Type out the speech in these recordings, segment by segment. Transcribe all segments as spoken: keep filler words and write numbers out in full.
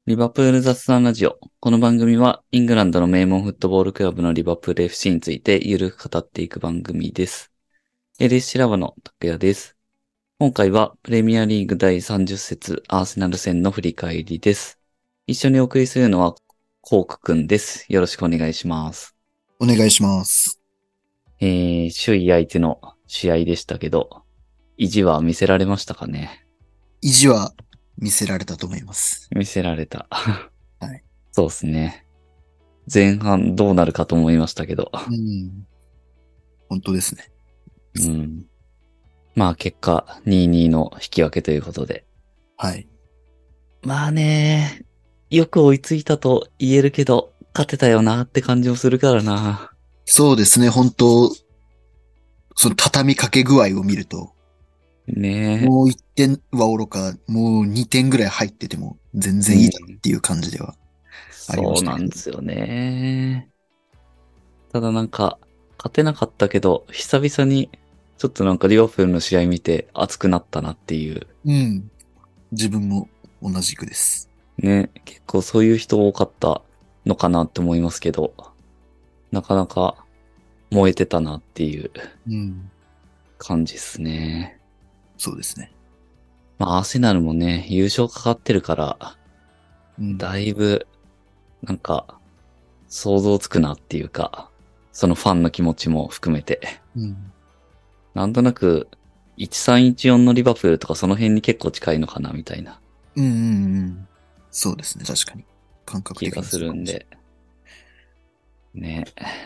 リバプール雑談ラジオ。この番組はイングランドの名門フットボールクラブのリバプール エフシー についてゆるく語っていく番組です。エルエスシー ラボの拓也です。今回はプレミアリーグだいさんじゅっ節アーセナル戦の振り返りです。一緒にお送りするのはコークくんです。よろしくお願いします。 お願いします。 えー、首位相手の試合でしたけど、意地は見せられましたかね。 意地は見せられたと思います。 見せられた。 はい。 そうですね。前半どうなるかと思いましたけど。 うん。本当ですね。 うん。まあ結果にたいにの引き分けということで。 はい。 まあね、よく追いついたと言えるけど、勝てたよなって感じもするからな。 そうですね。本当その畳みかけ具合を見ると、 ねもういってんはおろか、もうにてんぐらい入ってても全え。う然いいだろうっん。 ていう感じではありまそうしたけど。 なんですよね。ただなんか、勝てなかったけど、久々に、ちょっとなんかリバプールの試合見て熱くなったなっていう。 うん。自分も同じくです。 ね、結構そういう人多かったのかなって思いますけど、なかなか燃えてたなっていううん。 感じですね。 そうですね。 まあ、アーセナルもね、優勝かかってるから、 うん。 だいぶ、なんか、想像つくなっていうか、そのファンの気持ちも含めて。 うん。 なんとなく、いちさんいちよんのリバプールとかその辺に結構近いのかな、みたいなうんうんうん。そうですね。確かに。感覚的に気がすそうかもしれるんで。ね。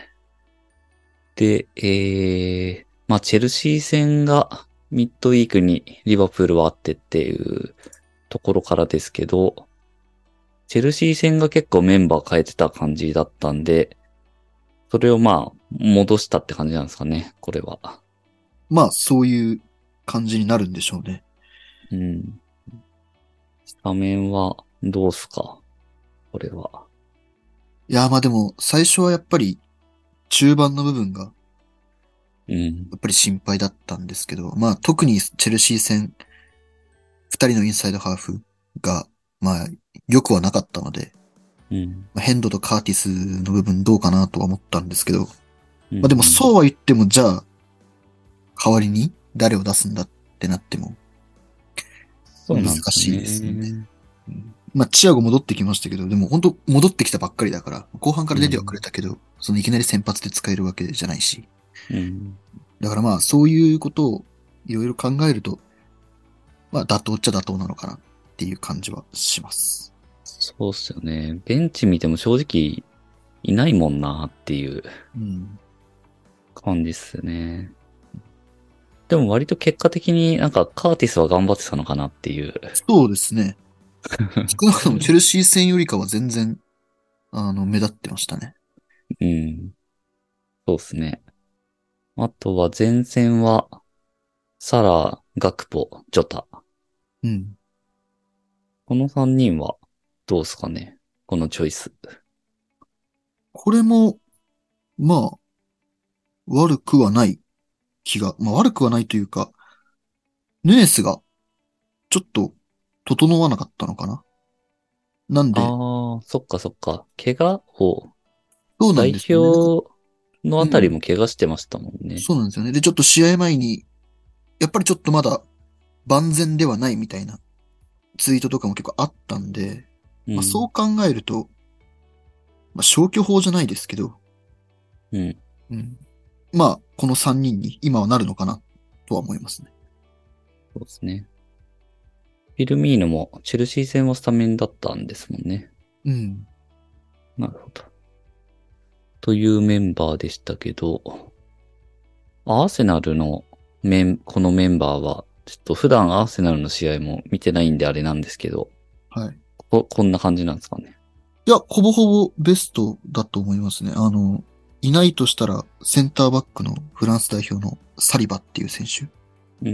で、えー、まあ、チェルシー戦がミッドウィークにリバプールはあってっていうところからですけど、チェルシー戦が結構メンバー変えてた感じだったんで、それをまあ、戻したって感じなんですかね、これは。 ない。まあ、そういう感じになるんでしょうね。 うん。スタメンはどうすか、これは。 いや、まあでも、最初はやっぱり中盤の部分がうん。 やっぱり心配だったんですけど、まあ特にチェルシー戦、二人のインサイドハーフが、まあ良くはなかったので、 うん。 まあ、ヘンドとカーティスの部分どうかなとは思ったんですけど、まうん。うあでもん。 そうは言っても、じゃあ代わりに誰を出すんだってなっても難そうなんですよしいですよね。 ね。 うん、まあチアゴ戻ってきましたけど、でも本当戻ってきたばっかりだから、後半から出てはくれうん。 たけど、そのいきなり先発で使えるわけじゃないし。 うん。 だからまあそういうことをいろいろ考えると、まあ妥当っちゃ妥当なのかなっていう感じはします。 そうっすよね。ベンチ見ても正直いないもんなっていううん。 感じっすね。でも割と結果的になんかカーティスは頑張ってたのかなっていう。 そうですね。少なくともチェルシー戦よりかは全然、あの、目立ってましたね。 うん。そうっすね。あとは前線はサラ、ガクポ、ジョタ。 うん。 このさんにんはどうすかね、このチョイス。 これも、まあ、悪くはない気が、まあ悪くはないというか、ヌネスがちょっと整わなかったのかな。なんで、 ああ、そっかそっか。怪我を、 そうなん代ですよね。 表のあたりうん。 も怪我してましたもんね。 そうなんですよね。で、ちょっと試合前に、やっぱりちょっとまだ万全ではないみたいなツイートとかも結構あったんで、まあそううん。 考えると、まあ消去法じゃないですけど、 うん。 うん。まあ、このさんにんに今はなるのかなとは思いますね。 そうですね。フィルミーノもチェルシー戦はスタメンだったんですもんね。 うん。 なるほど。というメンバーでしたけど、アーセナルのメン、このメンバーは、ちょっと普段アーセナルの試合も見てないんであれなんですけど、 はい。 こ、こんな感じなんですかね。 いや、ほぼほぼベストだと思いますね。あの、いないとしたら、センターバックのフランス代表のサリバっていう選手うん。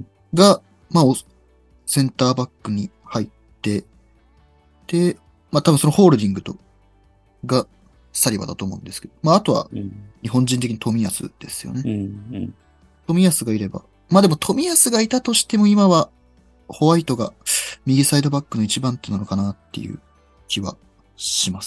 が、まあ、おセンターバックに入って、で、まあ多分そのホールディングと、がサリバだと思うんですけど、まああとはうん。 日本人的に冨安ですよね。 うん。うん。 冨安がいれば。まあでも冨安がいたとしても今はホワイトが右サイドバックの一番手なのかなっていう気はします。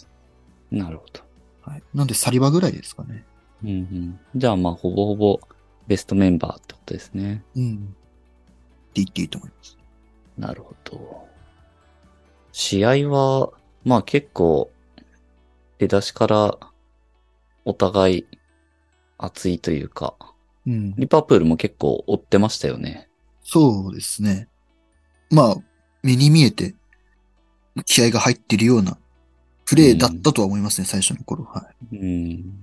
なるほど。 はい。なんでサリバぐらいですかね。 うんうん。じゃあまあ、ほぼほぼベストメンバーってことですね。 うん。って言っていいと思います。 なるほど。試合は、まあ結構、出だしからお互い熱いというか、 うん。 リバプールも結構追ってましたよね。 そうですね。まあ、目に見えて気合が入っているようなプレーだっうん。 たとは思いますね、最初の頃。はうん。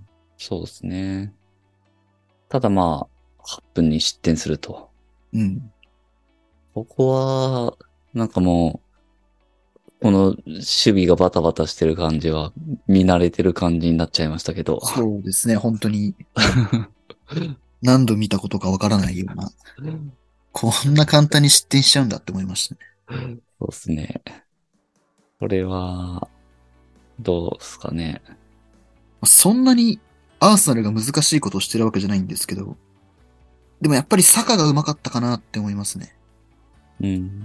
そうですね。ただまあ、はっぷんに失点すると。 い。うん。 ここは、なんかもう、この守備がバタバタしてる感じは見慣れてる感じになっちゃいましたけど。 そうですね、本当にもう何度見たことかわからないような、こんな簡単に失点しちゃうんだって思いましたね。 そうですね。これは、どうですかね。 そんなにアーセナルが難しいことをしてるわけじゃないんですけど、でもやっぱりサカが上手かったかなって思いますね。 うん。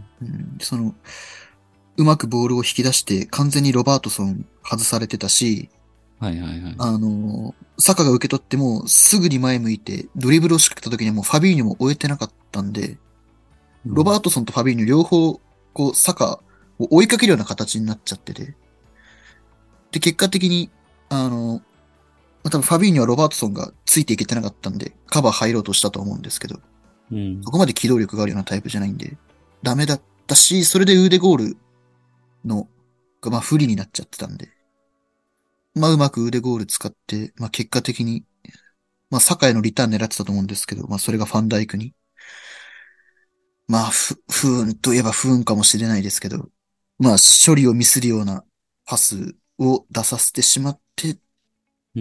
うん、その、うまくボールを引き出して完全にロバートソン外されてたし、 はいはいはい。 あの、サカが受け取ってもすぐに前向いてドリブルを仕掛けた時にはもうファビーニョも終えてなかったんで、ロバうん。 ートソンとファビーニョ両方、こう、サカを追いかけるような形になっちゃってて、で、結果的に、あの、まあ多分ファビーニョはロバートソンがついていけてなかったんで、カバー入ろうとしたと思うんですけど、 うん。 そこまで機動力があるようなタイプじゃないんで、ダメだったし、それで腕ゴールの、がまあ不利になっちゃってたんで、まあうまく腕ゴール使って、まあ結果的に、まあサカへのリターン狙ってたと思うんですけど、まあそれがファンダイクに、まあ不、不運といえば不運かもしれないですけど、まあ処理をミスるようなパスを出させてしまって、 うん。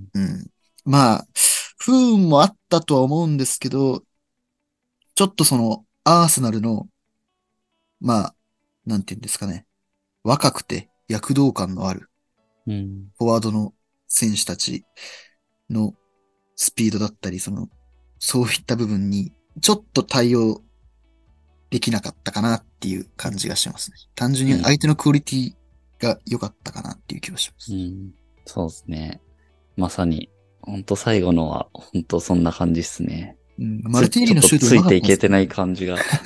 うん。まあ、不運もあったとは思うんですけど、ちょっとその、アーセナルの、まあ、なんていうんですかね。若くて躍動感のあるうん。 フォワードの選手たちのスピードだったり、その、そういった部分に、ちょっと対応できなかったかなっていう感じがしますね。単純に相手のクオリティが良かったかなっていう気がします。 うん。そうですね。まさに、ほんと最後のは、ほんとそんな感じっすね。 うん、マルつ、 ティーちょっとニのシュート上ついてい手かったんですけど、 けてない感じが。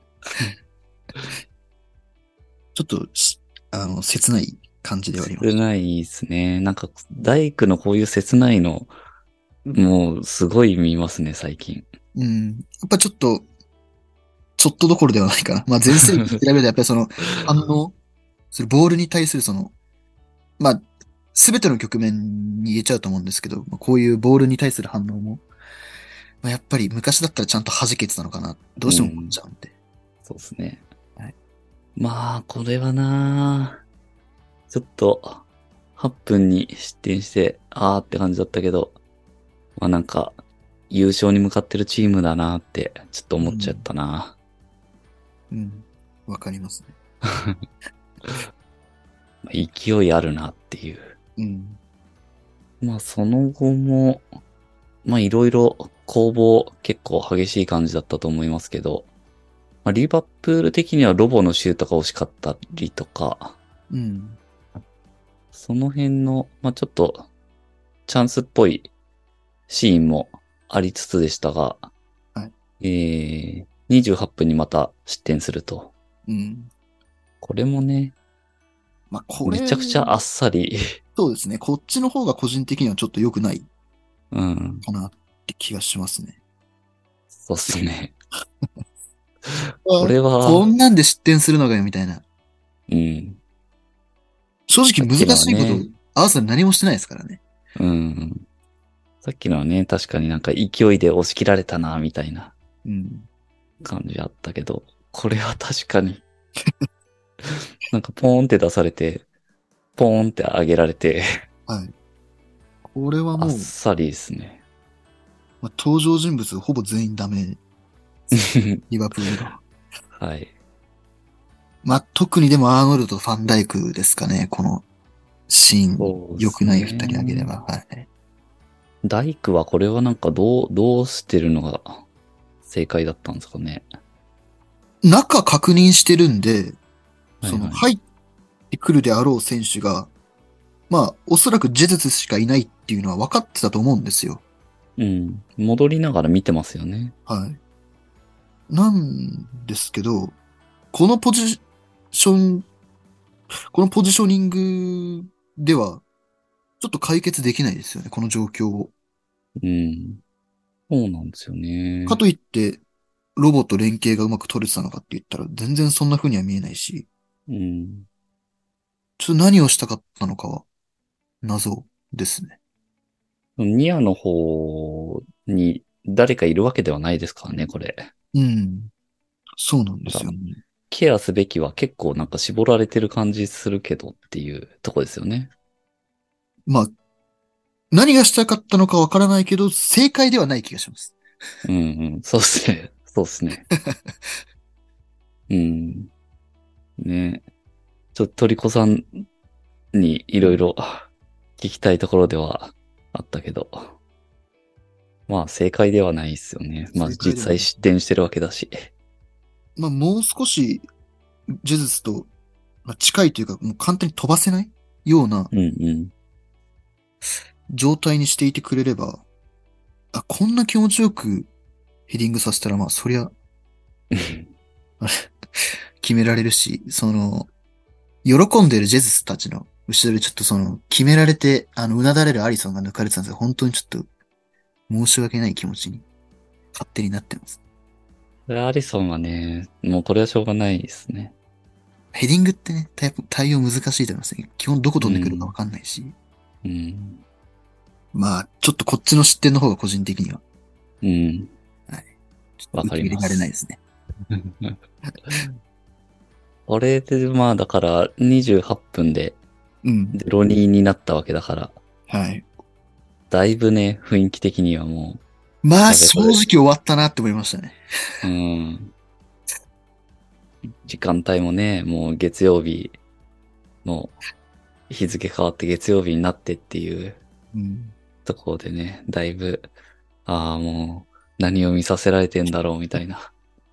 ちょっとし、あの、切ない感じではありま少した。 ないですね。なんか、大工のこういう切ないの、もうすごい見ますね、最近。 うん。やっぱちょっと、ちょっとどころではないかな。まあ、全盛期に比べるとやっぱりその、反応、それボールに対するその、まあ、すべての局面に言えちゃうと思うんですけど、まあ、こういうボールに対する反応も、まあ、やっぱり昔だったらちゃんと弾けてたのかな、どうしても思っうん。 ちゃうんで。 そうですね。 はい。 まあ、これはなちょっと、はっぷんに失点して、あーって感じだったけど、まあなんか、優勝に向かってるチームだなって、ちょっと思っちゃっうん。 たな。 うん。わかりますね。 まあ勢いあるなっていう。 うん。 まあその後も、まあいろいろ攻防結構激しい感じだったと思いますけど、まあ、リバプール的にはロボのシュートが惜しかったりとか、 うん。 その辺の、まあちょっとチャンスっぽいシーンもありつつでしたが、 はい。 えー、にじゅうはっぷんにまた失点すると。 うん。 これもね、 まあ、これ、 めちゃくちゃあっさり。 そうですね。こっちの方が個人的にはちょっと良くないうん。 かなって気がしますね。 そうっすね。こあ、 れは、 こんなんで失点するのかよ、みたいな。 うん。 正直難さっきのはしいこと、 ね、 アーサル何もしてないですからね。 うん。さっきのはね、確かになんか勢いで押し切られたな、みたいなうん。 感じあったけど、これは確かに、なんかポーンって出されて、ポーンって上げられて、 はい。これはあっもう、 さりですね。 まあ、登場人物ほぼ全員ダメ。リバプールが。 はい。 まあ、特にでもアーノルドとファンダイクですかね。このシーン、 そうです良くない二人あげれね。 ば。はい。 大工はこれはなんかどう、どうしてるのが正解だったんですかね。 中確認してるんで、その、 はいはい。 入ってくるであろう選手が、まあ、おそらくジェズスしかいないっていうのは分かってたと思うんですよ。 うん。戻りながら見てますよね。 はい。なんですけど、このポジション、このポジショニングでは、ちょっと解決できないですよね、この状況を。 うん。そうなんですよね。 かといって、ロボと連携がうまく取れてたのかって言ったら、全然そんな風には見えないし、 うん。 ちょっと何をしたかったのかは、謎ですね。 ニアの方に誰かいるわけではないですからね、これ。 うん。そうなんでだからすよね。 ケアすべきは結構なんか絞られてる感じするけどっていうとこですよね。 まあ、何がしたかったのかわからないけど、正解ではない気がします。 うんうん。そうっすね。そうっすね。うん。ね。ちょっとトリコさんにいろいろ聞きたいところではあったけど。まあ正解ではないですよね。まあ正解ではない。 実際失点してるわけだし。 まあ、もう少し、ジェズスと、まあ、近いというか、もう簡単に飛ばせないようなうんうん。 状態にしていてくれれば、あ、こんな気持ちよくヘディングさせたら、まあ、そりゃ、あれ決められるし、その、喜んでるジェズスたちの後ろでちょっとその、決められて、あの、うなだれるアリソンが抜かれてたんですが、本当にちょっと申し訳ない気持ちに勝手になってます。 アリソンはね、もうこれはしょうがないですね。 ヘディングってね、対対応難しいと思いますね。基本どこう飛んでくるかわん。 かんないし。 うん。 まあ、ちょっとこっちの失点の方が個人的には、 うん。 はい。ちょっわかりと受け入れられないでます。 すね。 これでまあだからにじゅうはっぷんでうん。 ゼロにになったわけだから、 はい。 だいぶね、雰囲気的にはもう、 まあ、 やべ、これ、 正直終わったなって思いましたね。 うん、時間帯もね、もう月曜日の日付変わって月曜日になってっていううん。 ところでね、だいぶ、ああ、もう何を見させられてんだろうみたいな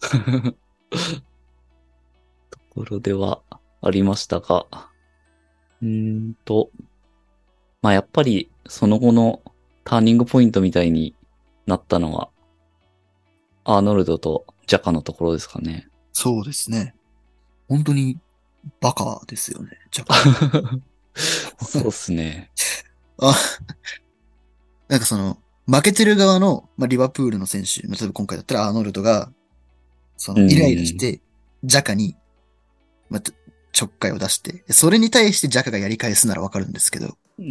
ところではありましたが、うーんと、まあやっぱりその後のターニングポイントみたいになったのは、アーノルドとジャカのところですかね。 そうですね。本当にバカですよね。ジャカは。 そうっすね。 あ、なんかその、負けてる側の、まあ、リバプールの選手、例えば今回だったらアーノルドが、そうの、イライラしん。 て、ジャカに、まあ、ちょっかいを出して、それに対してジャカがやり返すならわかるんですけど、 うん。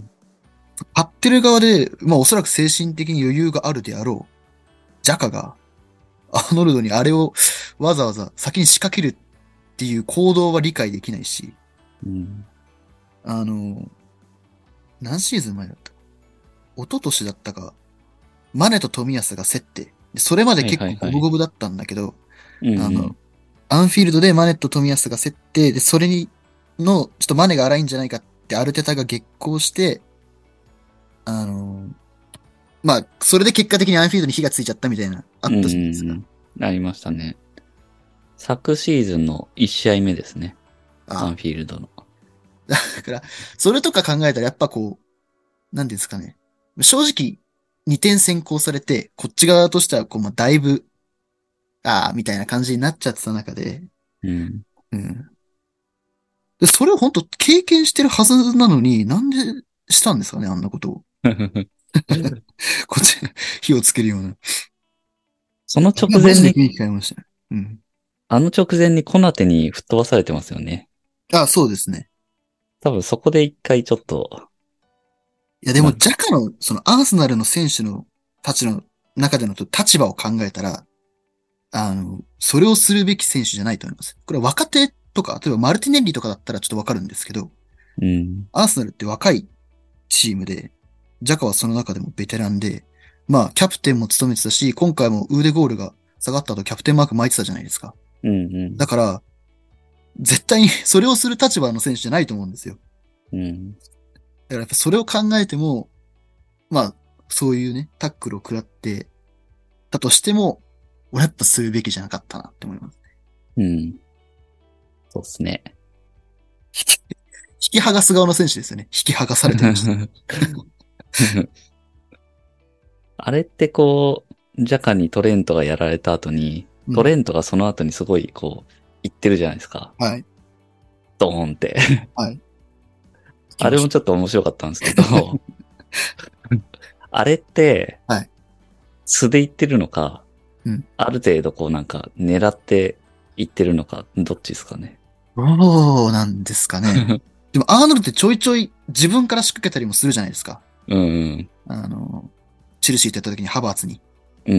勝ってる側で、まあおそらく精神的に余裕があるであろう、ジャカが、アーノルドにあれをわざわざ先に仕掛けるっていう行動は理解できないし、 うん。 あの、何シーズン前だった一昨年だったか、マネと冨安が競って、でそれまではい結構五分はいはい。 五分だったんだけど、 うんうあの、 ん。 アンフィールドでマネと冨安が競って、で、それに、の、ちょっとマネが荒いんじゃないかってアルテタが激高して、あの、まあ、それで結果的にアンフィールドに火がついちゃったみたいな、あうんったじゃないですか。 うん。ありましたね。昨シーズンのいち試合目ですね。アあンフィールドの。 だから、それとか考えたらやっぱこう、なんていうんですかね。正直、にてん先行されて、こっち側としては、こう、まあ、だいぶ、ああ、みたいな感じになっちゃってた中で、 うん。 うん。で、それを本当経験してるはずなのに、なんでしたんですかね、あんなことを。こっち、火をつけるような。 そのいや、 直前に、 マジで雰囲気変えましたね。うん。 あの直前にコナテに吹っ飛ばされてますよね。 あ、そうですね。 多分そこで一回ちょっと、 いや、でも、 なんか、 ジャカの、その、アーセナルの選手の、たちの中での立場を考えたら、あの、それをするべき選手じゃないと思います。これは若手とか、例えばマルティネッリとかだったらちょっとわかるんですけど、 うん。 アーセナルって若いチームで、ジャカはその中でもベテランで、まあ、キャプテンも務めてたし、今回もウーデゴールが下がった後キャプテンマーク巻いてたじゃないですか。 うんうん。 だから、絶対にそれをする立場の選手じゃないと思うんですよ。 うん。 だからやっぱそれを考えても、まあ、そういうね、タックルを食らってたとしても、俺はやっぱするべきじゃなかったなって思います。 うん。そうっすね。 き、引き剥がす側の選手ですよね。引き剥がされてました。 あれってこう、ジャカにトレントがやられた後に、 うん。 トレントがその後にすごいこう、言ってるじゃないですか。 はい。 ドーンって。 はい。来あれもましちょっと面白かったんですけど、あれって、 た。はい。 素で言ってるのか、 うん。 ある程度こうなんか狙って言ってるのか、どっちですかね。 どうなんですかね。でも、アーノルドってちょいちょい自分から仕掛けたりもするじゃないですか。 うん、 あの、チェルシーとやった時にハバーツにうん、うん、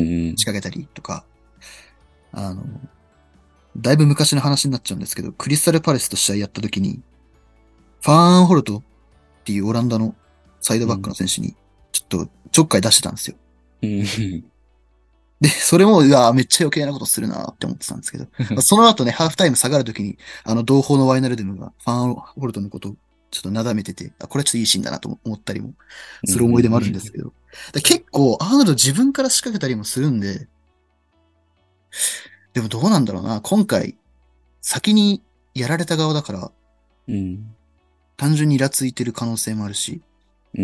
仕掛けたりとか、あの、だいぶ昔の話になっちゃうんですけど、クリスタルパレスと試合やった時に、ファーンホルトっていうオランダのサイドバックのうん、 選手に、ちょっとちょっかい出してたんですよ。 うん。 で、それも、うわ、めっちゃ余計なことするなって思ってたんですけど、まあその後ね、ハーフタイム下がるときに、あの、同胞のワイナルドゥムがファンホルトのことをちょっとなだめてて、あ、これはちょっといいシーンだなと思ったりもうする思い出もあるんでんすけど、だ結構、アーノルド自分から仕掛けたりもするんで、でもどうなんだろうな、今回、先にやられた側だから、 うん、 単純にイラついてる可能性もあるし、 うん。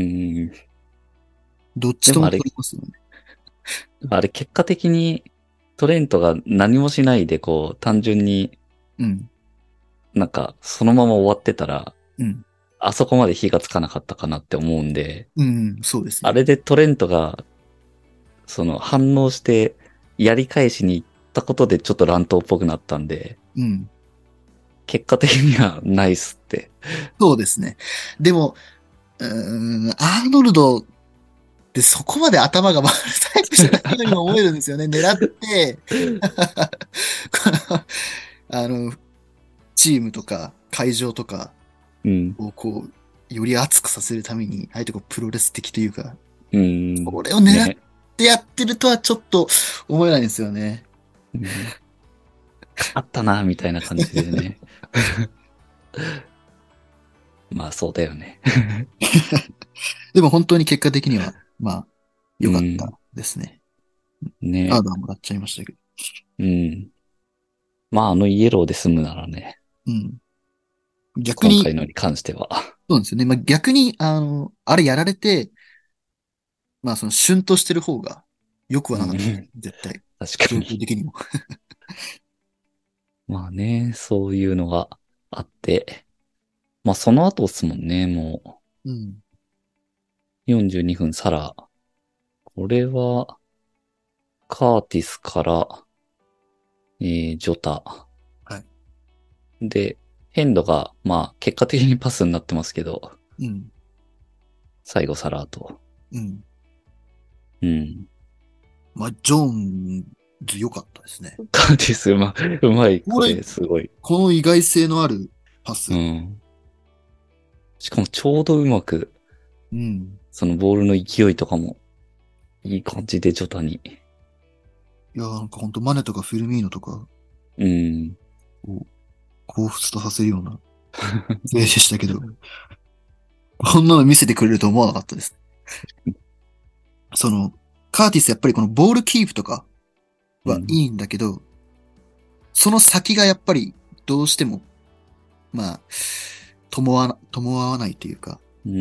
どっちともでもあれ、 取りますよね。 あれ結果的にトレントが何もしないでこう単純にうん、 なんかそのまま終わってたら、 うん、 あそこまで火がつかなかったかなって思うんで、 うん、そうですあね。 れでトレントがその反応してやり返しに行ったことでちょっと乱闘っぽくなったんで、 うん、 結果的にはナイスって。 そうですね。でも、うーん、アーノルドで、そこまで頭が回るタイプじゃないようにも思えるんですよね。狙って、この、あの、チームとか会場とかうん。 をこう、より熱くさせるために、あえてこう、プロレス的というか、 うん。 これを狙っね。 てやってるとはちょっと思えないんですよね。 うん。勝ったな、みたいな感じでね。まあそうだよね。 でも本当に結果的には、まあ、良かったうん。 ですね。カーね。 ドはもらっちゃいましたけど。 うん。まああのイエローで済むならね。 うん。逆に、 今回のに関しては。 そうなんですよね。まあ逆に、あの、あれやられて、まあその、シュンとしてる方が良くはうん。 なかったです。絶対。状確かに。 況的にも。 まあね、そういうのがあって。まあその後ですもんね、もうん。 う。よんじゅうにふんサラ。これは、カーティスから、えー、ジョタ。 はい。 で、ヘンドが、まあ結果的にパスになってますけど、 うん。 最後サラーと。 うん。 うん。 まあ、ジョーンズ良かったですね。 カーティスうま、うまい。 これ、 これ、すごい。 この意外性のあるパス。 うん。しかもちょうどうまく、 うん。 そのボールの勢いとかも、いい感じでジョタに。 いや、なんかほんとマネとかフィルミーノとか、 うん。 こう、彷彿とさせるようなプレーでしたけど、こんなの見せてくれると思わなかったです。その、カーティスやっぱりこのボールキープとかうん。 はいいんだけど、その先がやっぱりどうしても、まあ、伴わな、伴わないというか、 うん。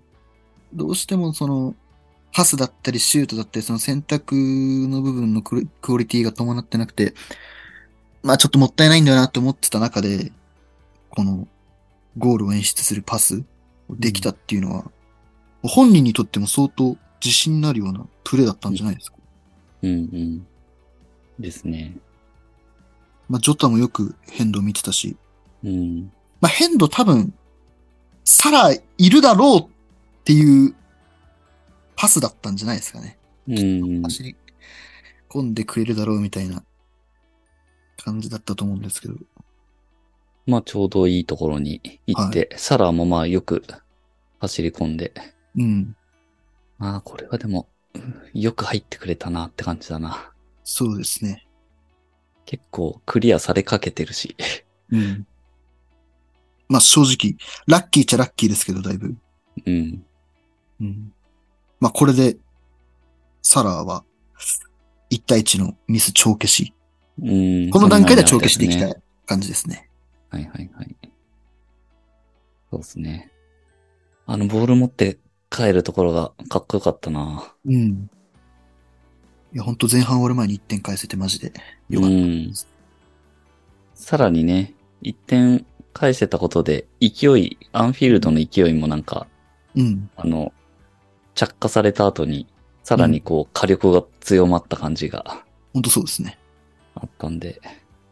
どうしてもその、パスだったりシュートだったり、その選択の部分のクリクオリティが伴ってなくて、まあちょっともったいないんだよなって思ってた中で、このゴールを演出するパスをうん。 できたっていうのは、本人にとっても相当自信になるようなプレーだったんじゃないですか。 うん。うん。ですね。 まあジョタもよくヘンド見てたし、 うん。 まあヘンド多分、サラいるだろうっていうパスだったんじゃないですかね。 うきっとん。 走り込んでくれるだろうみたいな感じだったと思うんですけど。 まあちょうどいいところに行っはい。 て、サラーもまあよく走り込んで。 うん。 まあこれはでも、よく入ってくれたなって感じだな。 そうですね。 結構クリアされかけてるし。 うん。まあ正直、ラッキーっちゃラッキーですけど、だいぶ。 うん。 うん。まあこれで、サラーはいち対いちのミス帳消し。 うん。 このその段階では帳前にあった消しできたやつね。 感じですね。 はいはいはい。 そうですね。あの、ボール持って帰るところがかっこよかったな。 うん。いや、ほんと前半終わる前にいってん返せてマジでようかったでん。 す。 さらにね、いってん返せたことで、勢い、アンフィールドの勢いもなんか、 うん。 あの、着火された後に、さうん。 らにこう、火力が強まった感じがほんとそうですね。 あったんで。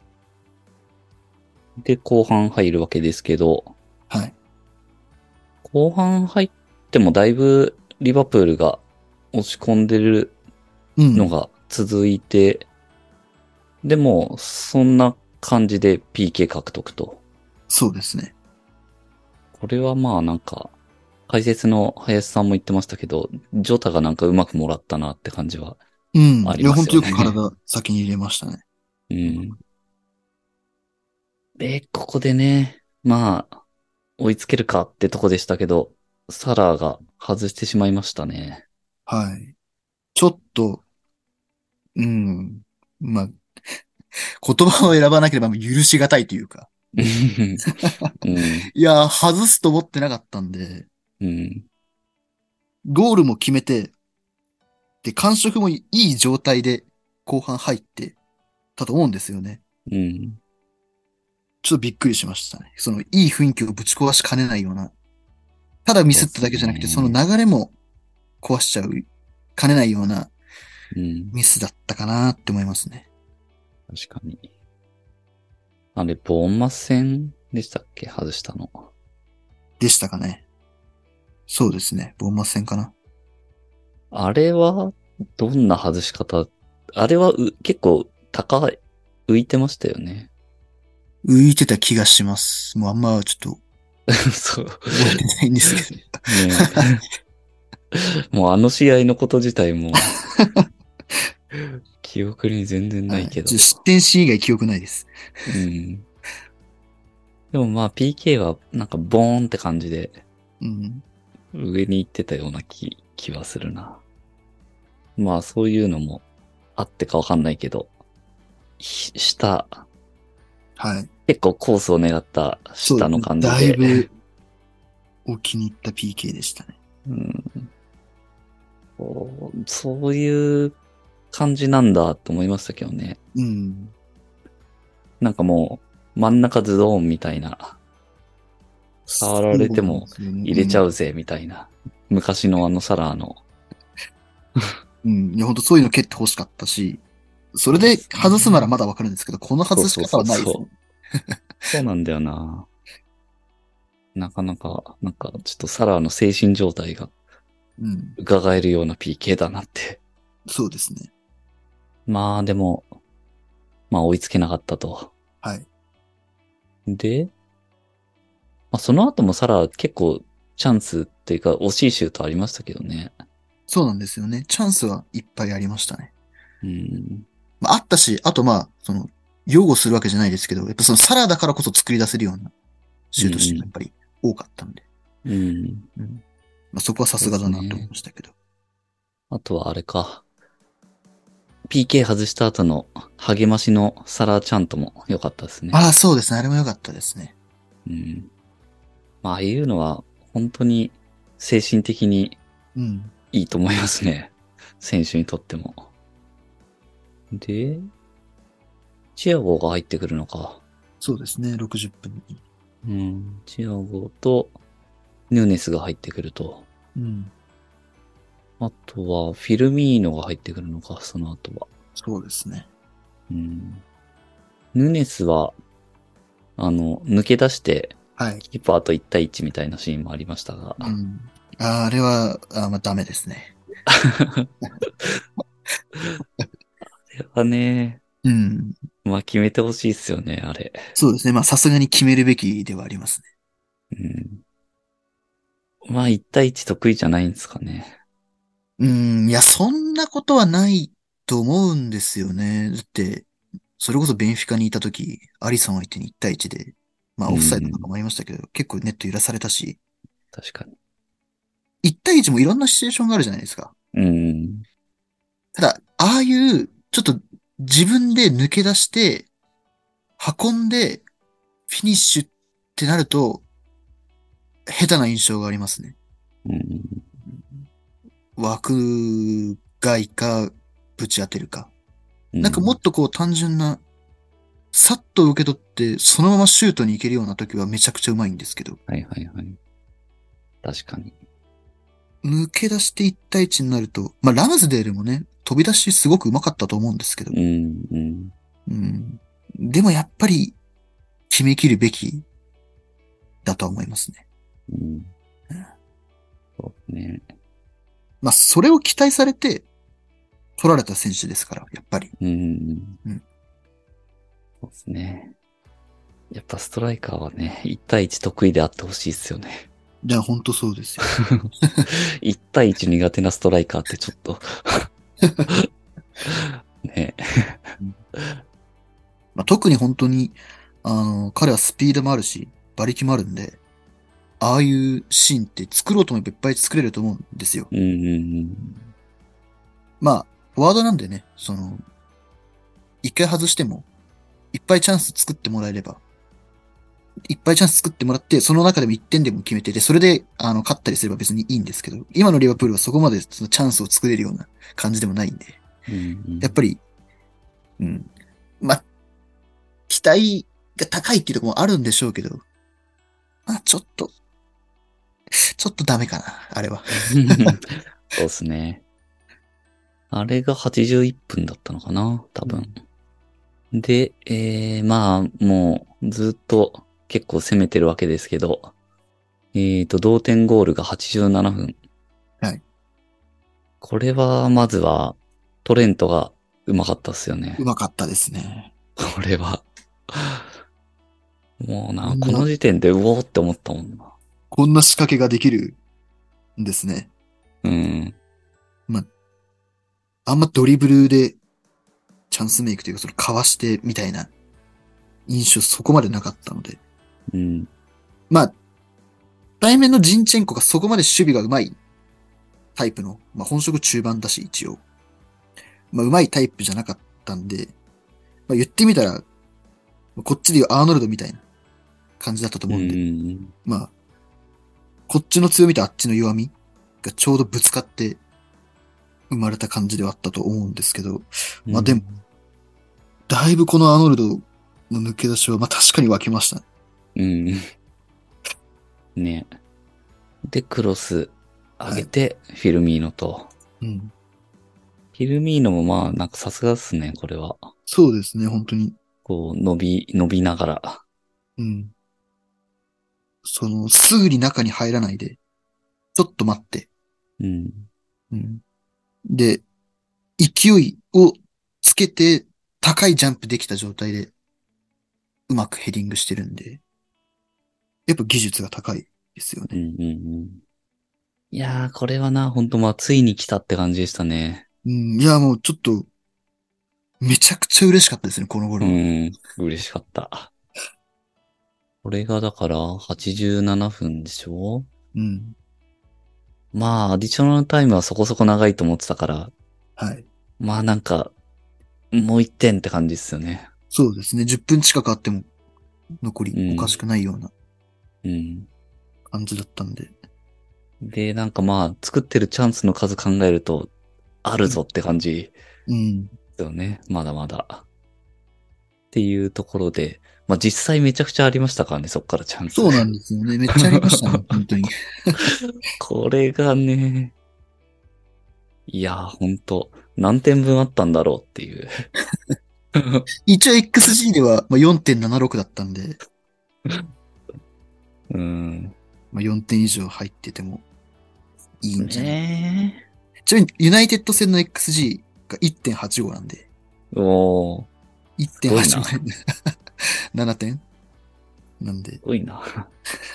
で、後半入るわけですけど、 はい。 後半入ってもだいぶリバプールが押し込んでるうん。 のが続いて、でも、そんな感じで ピーケー 獲得と。 そうですね。 これはまあなんか、解説の林さんも言ってましたけど、ジョタがなんかうまくもらったなって感じはうん。いや、 ありますほんとよくよね。 体先に入れましたね。 うん。で、ここでね、まあ、追いつけるかってとこでしたけど、サラーが外してしまいましたね。 はい。ちょっと、うん。まあ、言葉を選ばなければ許しがたいというか。 うん。 いや、外すと思ってなかったんで、 うん。 ゴールも決めて、で、感触もいい状態で後半入ってたと思うんですよね。 うん。 ちょっとびっくりしましたね。その、いい雰囲気をぶち壊しかねないような。ただミスったそうですだけじゃなくて、そのね。 流れも壊しちゃう、かねないようなうん。 ミスだったかなって思いますね。 確かに。あれ、ボーンマス戦でしたっけ外したの。 でしたかね。そうですね。ボーマス戦かな。 あれは、どんな外し方？あれはう結構高い、浮いてましたよね。 浮いてた気がします。もうあんまちょっとそう。 覚えてないんですけど。 ねえ。もうあの試合のこと自体も記憶に全然なはい。 いけど。 ちょっと失点シーン以外記憶ないです。 うん。でもまあ ピーケー はなんかボーンって感じでうん。 上に行ってたような気、気はするな。まあそういうのもあってかわかんないけど、ひ下、 はい。 結構コースを狙ったそうですね。 下の感じだいで、 ぶお気に入った ピーケー でしたね。 うん、そうそういう感じなんだと思いましたけどね。 うん。 なんかもう真ん中ズドーンみたいな、触られそうなんでてもすよね。 入うん。 れちゃうぜみたいな。昔のあのサラーの。 うん。いや、本当そういうの蹴って欲しかったし、それそうっですね。 外すならまだわかるんですけど、この外し方そうそうそうはないですね。 そう。そうなんだよな。なかなか、なんかちょっとサラーの精神状態がうん。 伺えるような ピーケー だなって。 そうですね。 まあでも、まあ追いつけなかったと。 はい。 で、まあ、その後もサラ結構チャンスっていうか惜しいシュートありましたけどね。 そうなんですよね。チャンスはいっぱいありましたね。 うん。 まあ、あったし、あとまあ、その、擁護するわけじゃないですけど、やっぱそのサラだからこそ作り出せるようなうシュートシーンがやっん。 ぱり多かったんで。 うん。 うん。まあ、そこはさそうですがだなと思いすね。 ましたけど。 あとはあれか。ピーケー 外した後の励ましのサラちゃんとも良かったですね。 ああ、そうですね。あれも良かったですね。 うん。まあ、ああいうのは本当に精神的にうん。 いいと思いますね。選手にとっても。で、チアゴが入ってくるのか。 そうですね。ろくじゅっぷんに。 うん。チアゴとヌーネスが入ってくると。 うん。 あとは、フィルミーノが入ってくるのか、その後は。 そうですね。 うん。ヌネスは、あの、抜け出して、 はい。 キーパーといち対いちみたいなシーンもありましたが。 うん。あーあれは、あーまあ、ダメですね。 やっぱね、 うん。 まあ決めてほしいっすよね、あれ。 そうですね。まあ、さすがに決めるべきではありますね。 うん。まあいち対いち得意じゃないんですかね。 うん。いや、そんなことはないと思うんですよね。だって、それこそベンフィカにいたとき、アリソン相手にいち対いちで、まあ、 うオフサイドとかん。 もありましたけど、結構ネット揺らされたし、 確かに。 いち対いちもいろんなシチュエーションがあるじゃないですか。 うん。 ただ、ああいう、ちょっと自分で抜け出して、運んで、フィニッシュってなると、 下手な印象がありますね。 うん。 枠外か、ぶち当てるか。なんかもうん。 っとこう単純な、さっと受け取って、そのままシュートに行けるような時はめちゃくちゃうまいんですけど、 はいはいはい。確かに。 抜け出していった位置になると、まあ、ラムズデールもね、飛び出しすごくうまかったと思うんですけど、 うん。うん。 うん。でもやっぱり決めきるべきだとは思いますね。 うん。そうね。 まあ、それを期待されて取られた選手ですから、やっぱり。 うん。 うん。 そうですね。やっぱストライカーはね、いち対いち得意であってほしいですよね。 いや、ほんとそうですよ。 いち対いち苦手なストライカーってちょっとね。 うんまあ、特に本当に、あの、彼はスピードもあるし、馬力もあるんで、ああいうシーンって作ろうと思えばいっぱい作れると思うんですよ。 うんうんまあ、フォワードなんでね、その、一回外しても、いっぱいチャンス作ってもらえれば、いっぱいチャンス作ってもらって、その中でもいってんでも決めて、で、それで、あの、勝ったりすれば別にいいんですけど、今のリバプールはそこまでそのチャンスを作れるような感じでもないんで、 うん。うんやっぱり、うん。まあ、期待が高いっていうところもあるんでしょうけど、まあ、ちょっと、ちょっとダメかな、あれは。 うん。そうですね。あれがはちじゅういっぷんだったのかな多分。 うん。 で、えー、まあ、もう、ずっと結構攻めてるわけですけど、えーと、同点ゴールがはちじゅうななふん。 はい。 これは、まずは、トレントがうまかったっすよね。 うまかったですね。 これは。もうな、 こんな、 この時点でうおーって思ったもんな。 こんな仕掛けができるんですね。 うん。 まあ、あんまドリブルでチャンスメイクというか、そのかわしてみたいな印象そこまでなかったので。 うん。 まあ、対面のジンチェンコがそこまで守備がうまいタイプの、まあ本職中盤だし、一応。まあうまいタイプじゃなかったんで、まあ言ってみたら、こっちでいうアーノルドみたいな感じだったとう思うんで、 ん。 まあ、こっちの強みとあっちの弱みがちょうどぶつかって生まれた感じではあったと思うんですけど、 うん。 まあでも、だいぶこのアーノルドの抜け出しは、まあ確かに湧きましたね。 うん。ね。で、クロス上はい。 げて、フィルミーノと。 うん。 フィルミーノもまあ、なんかさすがっすね、これは。 そうですね、本当に。 こう、伸び、伸びながら。 うん。その、すぐに中に入らないで、ちょっと待って、 うん。 うん。で、勢いをつけて、高いジャンプできた状態で、うまくヘディングしてるんで、やっぱ技術が高いですようん、 ね。 うん、うん。いやー、これはな、ほんとまあ、ついに来たって感じでしたね。 うん、いや、もうちょっと、めちゃくちゃ嬉しかったですね、このゴーうルは。 ん、嬉しかった。これがだから、はちじゅうななふんでしょ？ うん。 まあ、アディショナルタイムはそこそこ長いと思ってたから、 はい。 まあなんか、もう一点って感じですよね。 そうですね。じゅっぷん近くあっても残りおかしうん、 くないようなうん。 感じだったんで。 で、なんかまあ、作ってるチャンスの数考えると、あるうん。 ぞって感じうん。 ですよね。まだまだ。っていうところで、まあ実際めちゃくちゃありましたからね、そっからチャンス。 そうなんですよね。めっちゃありましたね、本当に。 これがね、いやー、ほんと、何点分あったんだろうっていう。 一応 エックスジー ではまあよんてんななろくだったんで、 うん。 まあ、よんてん以上入っててもいいんじゃない。 ねちなみにユナイテッド戦の エックスジー がいってんはちごなんで、 え。おー、すごいいってんはちごな。 でななてんなんで。 すごいな。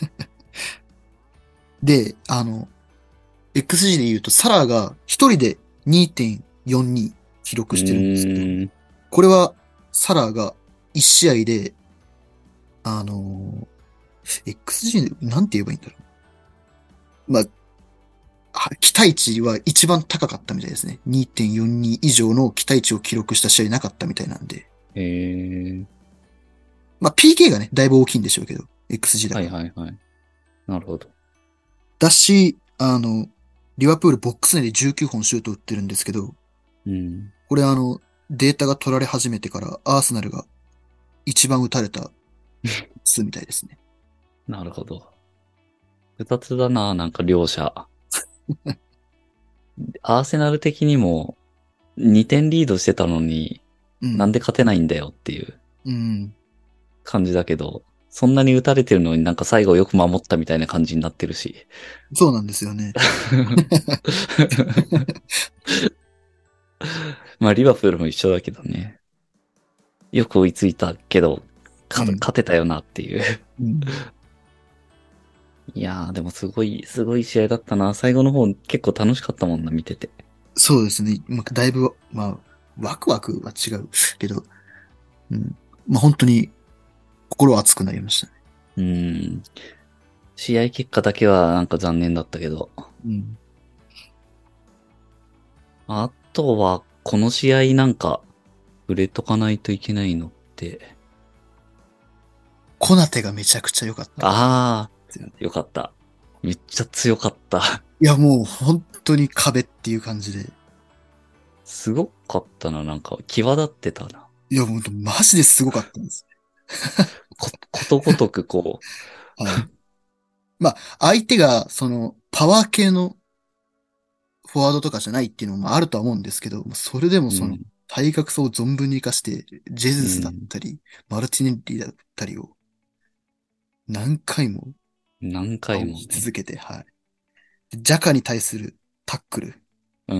で、あの、エックスジー で言うとサラが一人でにてんよんに記う録してるんですけど、 ーん。 これはサラがいち試合で、あの、エックスジー でなんて言えばいいんだろう。まあ、あ期待値は一番高かったみたいですね。にてんよんに以上の期待値を記録した試合なかったみたいなんで。 へえ。 まあ、ピーケー がね、だいぶ大きいんでしょうけど、エックスジー だはいから。 はいはい。なるほど。 だし、あの、リバプールボックス内でじゅうきゅうほんシュート打ってるんですけど、 うん。 これあの、データが取られ始めてからアーセナルが一番打たれた数みたいですね。 なるほど。二つだな、なんか両者。アーセナル的にもにてんリードしてたのに、 うん。 なんで勝てないんだよっていううん。 感じだけど、そんなに打たれてるのになんか最後よく守ったみたいな感じになってるし。 そうなんですよね。 まあリバプールも一緒だけどね。よく追いついたけど、かうん。 勝てたよなっていう。 うん。 いやーでもすごい、すごい試合だったな。最後の方結構楽しかったもんな、見てて。 そうですね。まあ、だいぶ、まあ、ワクワクは違うけど、うん。まあ、本当に心熱くなりましたね。 うーん。試合結果だけはなんか残念だったけど。 うん。 あとは、この試合なんか、触れとかないといけないのって。 コナテがめちゃくちゃ良かったであすよね。 ー、よかった。めっちゃ強かった。 いや、もう本当に壁っていう感じで。 すごかったな、なんか、際立ってたな。 いや、本当マジですごかったんです。 こ、ことごとくこはい。まあ、相手が、その、パワー系のフォワードとかじゃないっていうのもあるとは思うんですけど、それでもう、うその、 ん、 体格差を存分に活かして、ジェズスだっうん、 たり、マルティネッリだったりを何回も何回倒もね。 し続けて、はい。ジャカに対するタックル、 うん、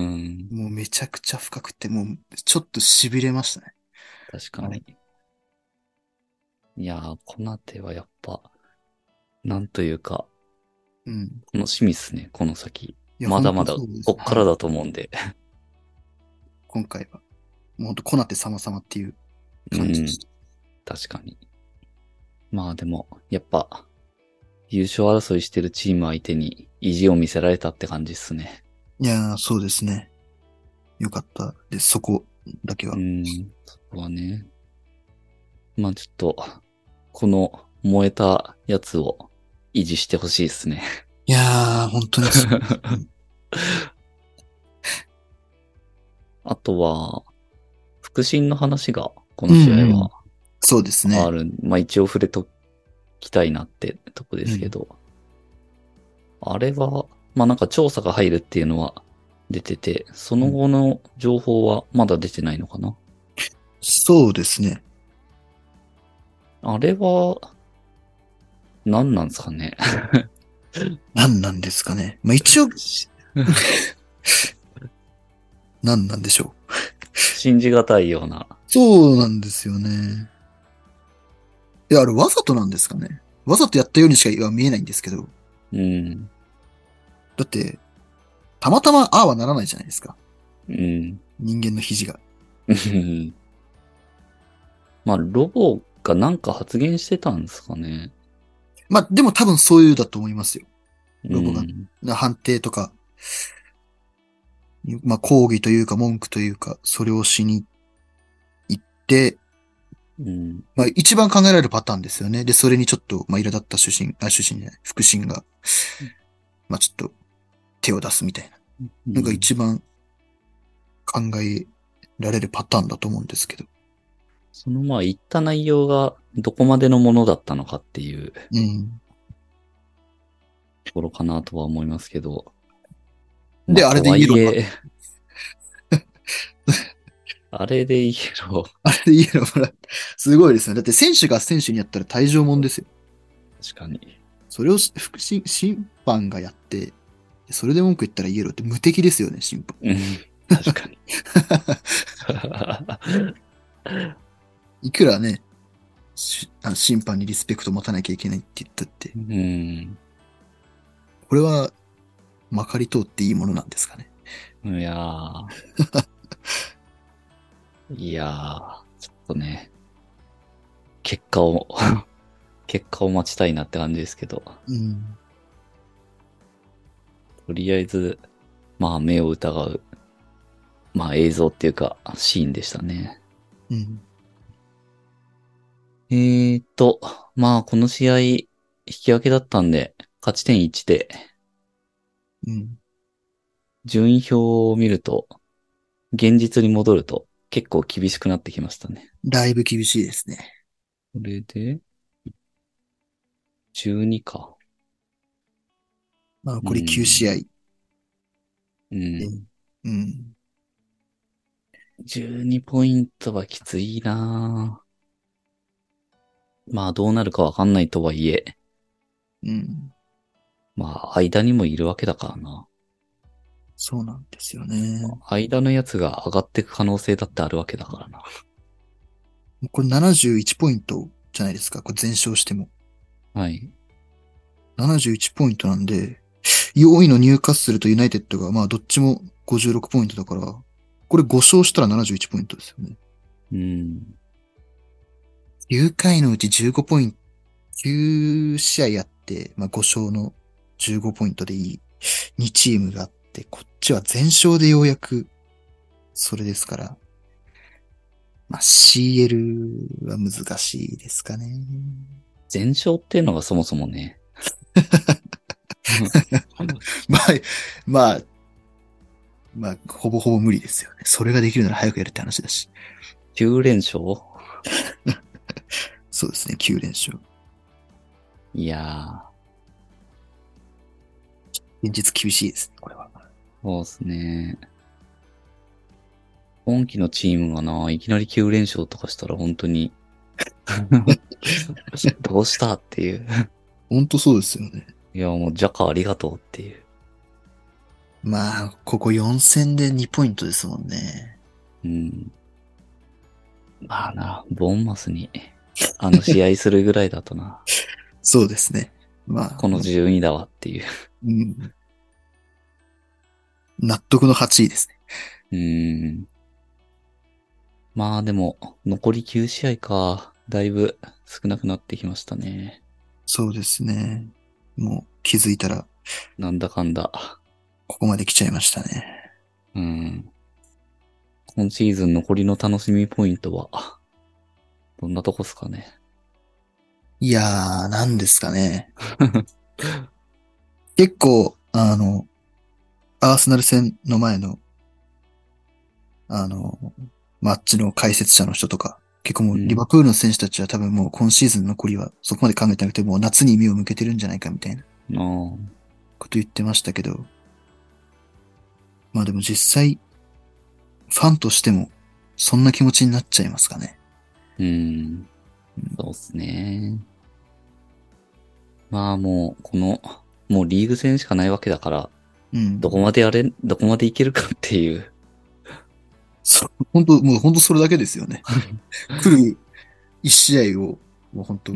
もうめちゃくちゃ深くて、もうちょっと痺れましたね。 確かに。 はい。 いやー、コナテはやっぱ、なんというか、 うん。 楽しみっすね、この先。 いや、本当まだまだ、 そうですね。はい。 こっからだと思うんで。 今回は、もう本当コナテ様々っていううん、 感じでした。 確かに。まあでも、やっぱ、優勝争いしてるチーム相手に意地を見せられたって感じっすね。 いやー、そうですね。よかったです。そこだけは。 うん、そこはね。まあちょっと、この燃えたやつを維持してほしいですね。 いやー、本当にそうですね。 あとは、腹心の話が、こうの試合んうん。 はそうですね。 ある。まあ一応触れときたいなってとこでうん。 すけど、あれは、まあなんか調査が入るっていうのは出てて、そうん、 の後の情報はまだ出てないのかな。 そうですね。 あれは、何なんですかね。 何なんですかね。まあ、一応、 し何なんでしょう。 信じがたいような。 そうなんですよね。いや、あれわざとなんですかね。わざとやったようにしか見えないんですけど。 うん。 だって、たまたまああはならないじゃないですか。 うん。 人間の肘が。 うんまあ、ロボがなんか発言してたんですかね。 まあ、でも多分そういうだと思いますよ。 うロボが。 ん。 判定とか、まあ、抗議というか文句というか、それをしに行って、 うん。 まあ、一番考えられるパターンですよね。で、それにちょっと、まあ、苛立った主審、あ、主審じゃない、副審が、まあ、ちょっと手を出すみたいな。なんかうん。 一番考えられるパターンだと思うんですけど。 そのまあ言った内容がどこまでのものだったのかっていううん。 ところかなとは思いますけど。まで、 ああれとはいでイエローになっえ、あれでイエロー、 あれでイエローもらった。すごいですよね。だって選手が選手にやったら退場もんですよ。 確かに。そそれを副審、審判がやって、それで文句言ったらイエローって無敵ですよね、審判。 うん。確かに。 いくらね、しあの審判にリスペクト持たなきゃいけないって言ったって、 うん。 これはまかり通っていいものなんですかね。 いやー、いやー、ちょっとね、結果を結果を待ちたいなって感じですけど、 うん。 とりあえず、まあ目を疑う、まあ映像っていうかシーンでしたね。 うん。 えーと、まあこの試合、引き分けだったんで、勝ち点いちでうん。 順位表を見ると、現実に戻ると結構厳しくなってきましたね。 だいぶ厳しいですね。 これで、じゅうにか。 まあ、 う残りきゅう試合。 ん。うで、 ん。 うん。 じゅうにポイントはきついなぁ。まあどうなるかわかんないとはいえ、 うん。 まあ間にもいるわけだからな。 そうなんですよね。 間のやつが上がっていく可能性だってあるわけだからな。 これななじゅういちポイントじゃないですか。これ全勝しても。 はい。 ななじゅういちポイントなんで、よんいのニューカッスルとユナイテッドが、まあ、どっちもごじゅうろくポイントだから、これご勝したらななじゅういちポイントですよね。 うん。 きゅうかいのうちじゅうごポイント、きゅう試合やって、まあ、ご勝のじゅうごポイントでいいにチームがあって、こっちは全勝でようやくそれですから、まあ、シーエル は難しいですかね。 全勝っていうのがそもそもね。 まあ、まあ、まあ、ほぼほぼ無理ですよね。それができるなら早くやるって話だし。 きゅう連勝そうですね、きゅう連勝。 いや現実厳しいですね、これは。 ー、そうですね。今期のチームがな、いきなりきゅう連勝とかしたら本当にどうしたっていう。 ほんとそうですよね。 いや、もうジャカありがとうっていう。 まあ、ここよん戦でにポイントですもんね。 うん。まあな、ボンマスに、あの試合するぐらいだとな、 そうですね。まあ、 この順位だわっていう。 うん、納得のはちいですね。 うーん。まあでも、残りきゅう試合か。だいぶ少なくなってきましたね。 そうですね。もう気づいたら、 なんだかんだ。 ここまで来ちゃいましたね。 うん。今シーズン残りの楽しみポイントは、どんなとこっすかね。 いやー、なんですかね。結構、あの、アーセナル戦の前の、あの、マッチの解説者の人とか、結構もうリうん。 バプールの選手たちは多分もう今シーズンの残りはそこまで考えてなくてもう夏に目を向けてるんじゃないかみたいなああ。 こと言ってましたけど、まあでも実際、ファンとしてもそんな気持ちになっちゃいますかね。 うん。 うん。 そうっすね。まあもう、この、もうリーグ戦しかないわけだから、どこうん。 までやれ、どこまでいけるかっていう。 そう、本当もう本当それだけですよね。来る一試合をもう本当うん。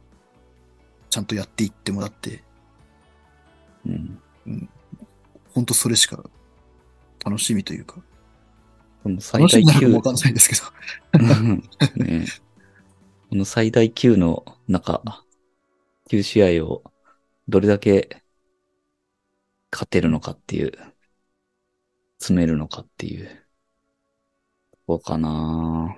ちゃんとやっていってもらって、 うん。 うん、本当それしか楽しみというか、 この最楽しみ大級、 なのかもわかんないですけど。 うんね、この最大級の中、きゅう試合をどれだけ勝てるのかっていう、詰めるのかっていう、とこかな。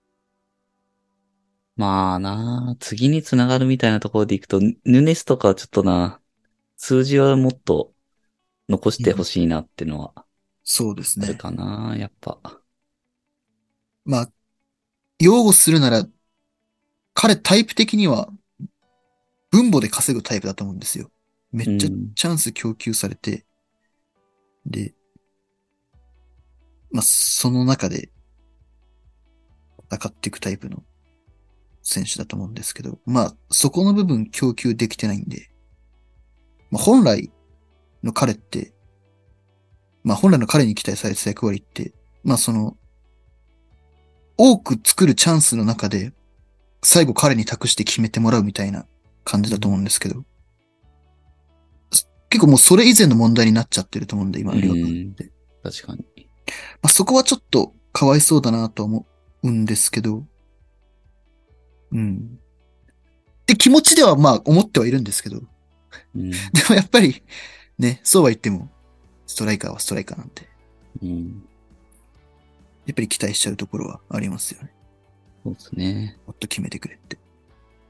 まあな、次につながるみたいなところでいくと、ヌネスとかはちょっとな、数字はもっと残しうん、 てほしいなっていうのはそうですあるね。 かな、やっぱ。 まあ、擁護するなら、彼タイプ的には分母で稼ぐタイプだと思うんですよ。めっちゃうん。 チャンス供給されて、で、まあ、その中で戦っていくタイプの選手だと思うんですけど、まあ、そこの部分供給できてないんで、まあ、本来の彼って、まあ、本来の彼に期待されてた役割って、まあ、その、多く作るチャンスの中で、最後彼に託して決めてもらうみたいな感じだと思うんですけど、結構もうそれ以前の問題になっちゃってると思うんで、今うのリバプールっん。 て。 確かに。 まあ、そこはちょっとかわいそうだなと思うんですけど、うん。で、気持ちではまあ思ってはいるんですけど、 うん。 でもやっぱりね、そうは言っても、ストライカーはストライカーなんで、 うん。 やっぱり期待しちゃうところはありますよね。 そうですね。 もっと決めてくれって。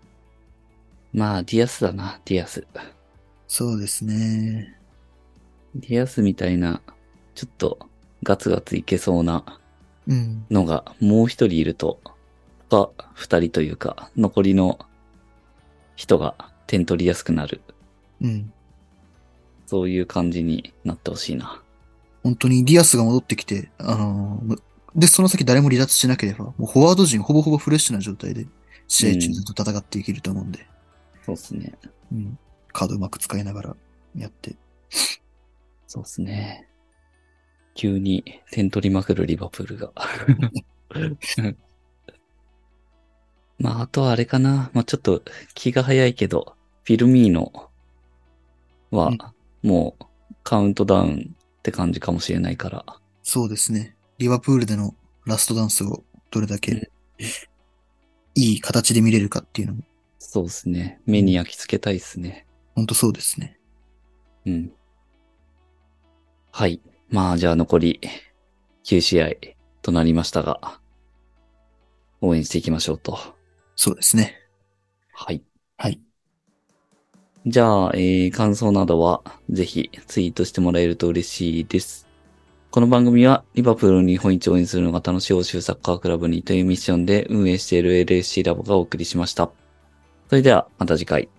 まあ、ディアスだな、ディアス。 そうですね。 ディアスみたいな、ちょっとガツガツいけそうなうん。 のがもう一人いると、他二人というか、残りの人が点取りやすくなる。 うん。 そういう感じになってほしいな。 本当にディアスが戻ってきて、あのーで、その先誰も離脱しなければ、もうフォワード陣ほぼほぼフレッシュな状態で試合中ずっと戦っていけると思うんで、 そうっすね。 うん。カードうまく使いながらやって。 そうっすね。急に点取りまくるリバプールが。まあ、あとはあれかな。まあ、ちょっと気が早いけど、フィルミーノはうん。 もうカウントダウンって感じかもしれないから。 そうですね。リバプールでのラストダンスをどれだけうん、 いい形で見れるかっていうのも、 そうですね。 うん。 目に焼き付けたいですね。 本当そうですね。 うん。はい。まあ、じゃあ残りきゅう試合となりましたが、応援していきましょうと。 そうですね。 はい。 はい。 じゃあ、えー、感想などはぜひツイートしてもらえると嬉しいです。この番組はリバプールに日本一を応援するのが楽しい欧州サッカークラブにというミッションで運営している エルエフシー ラボがお送りしました。それではまた次回。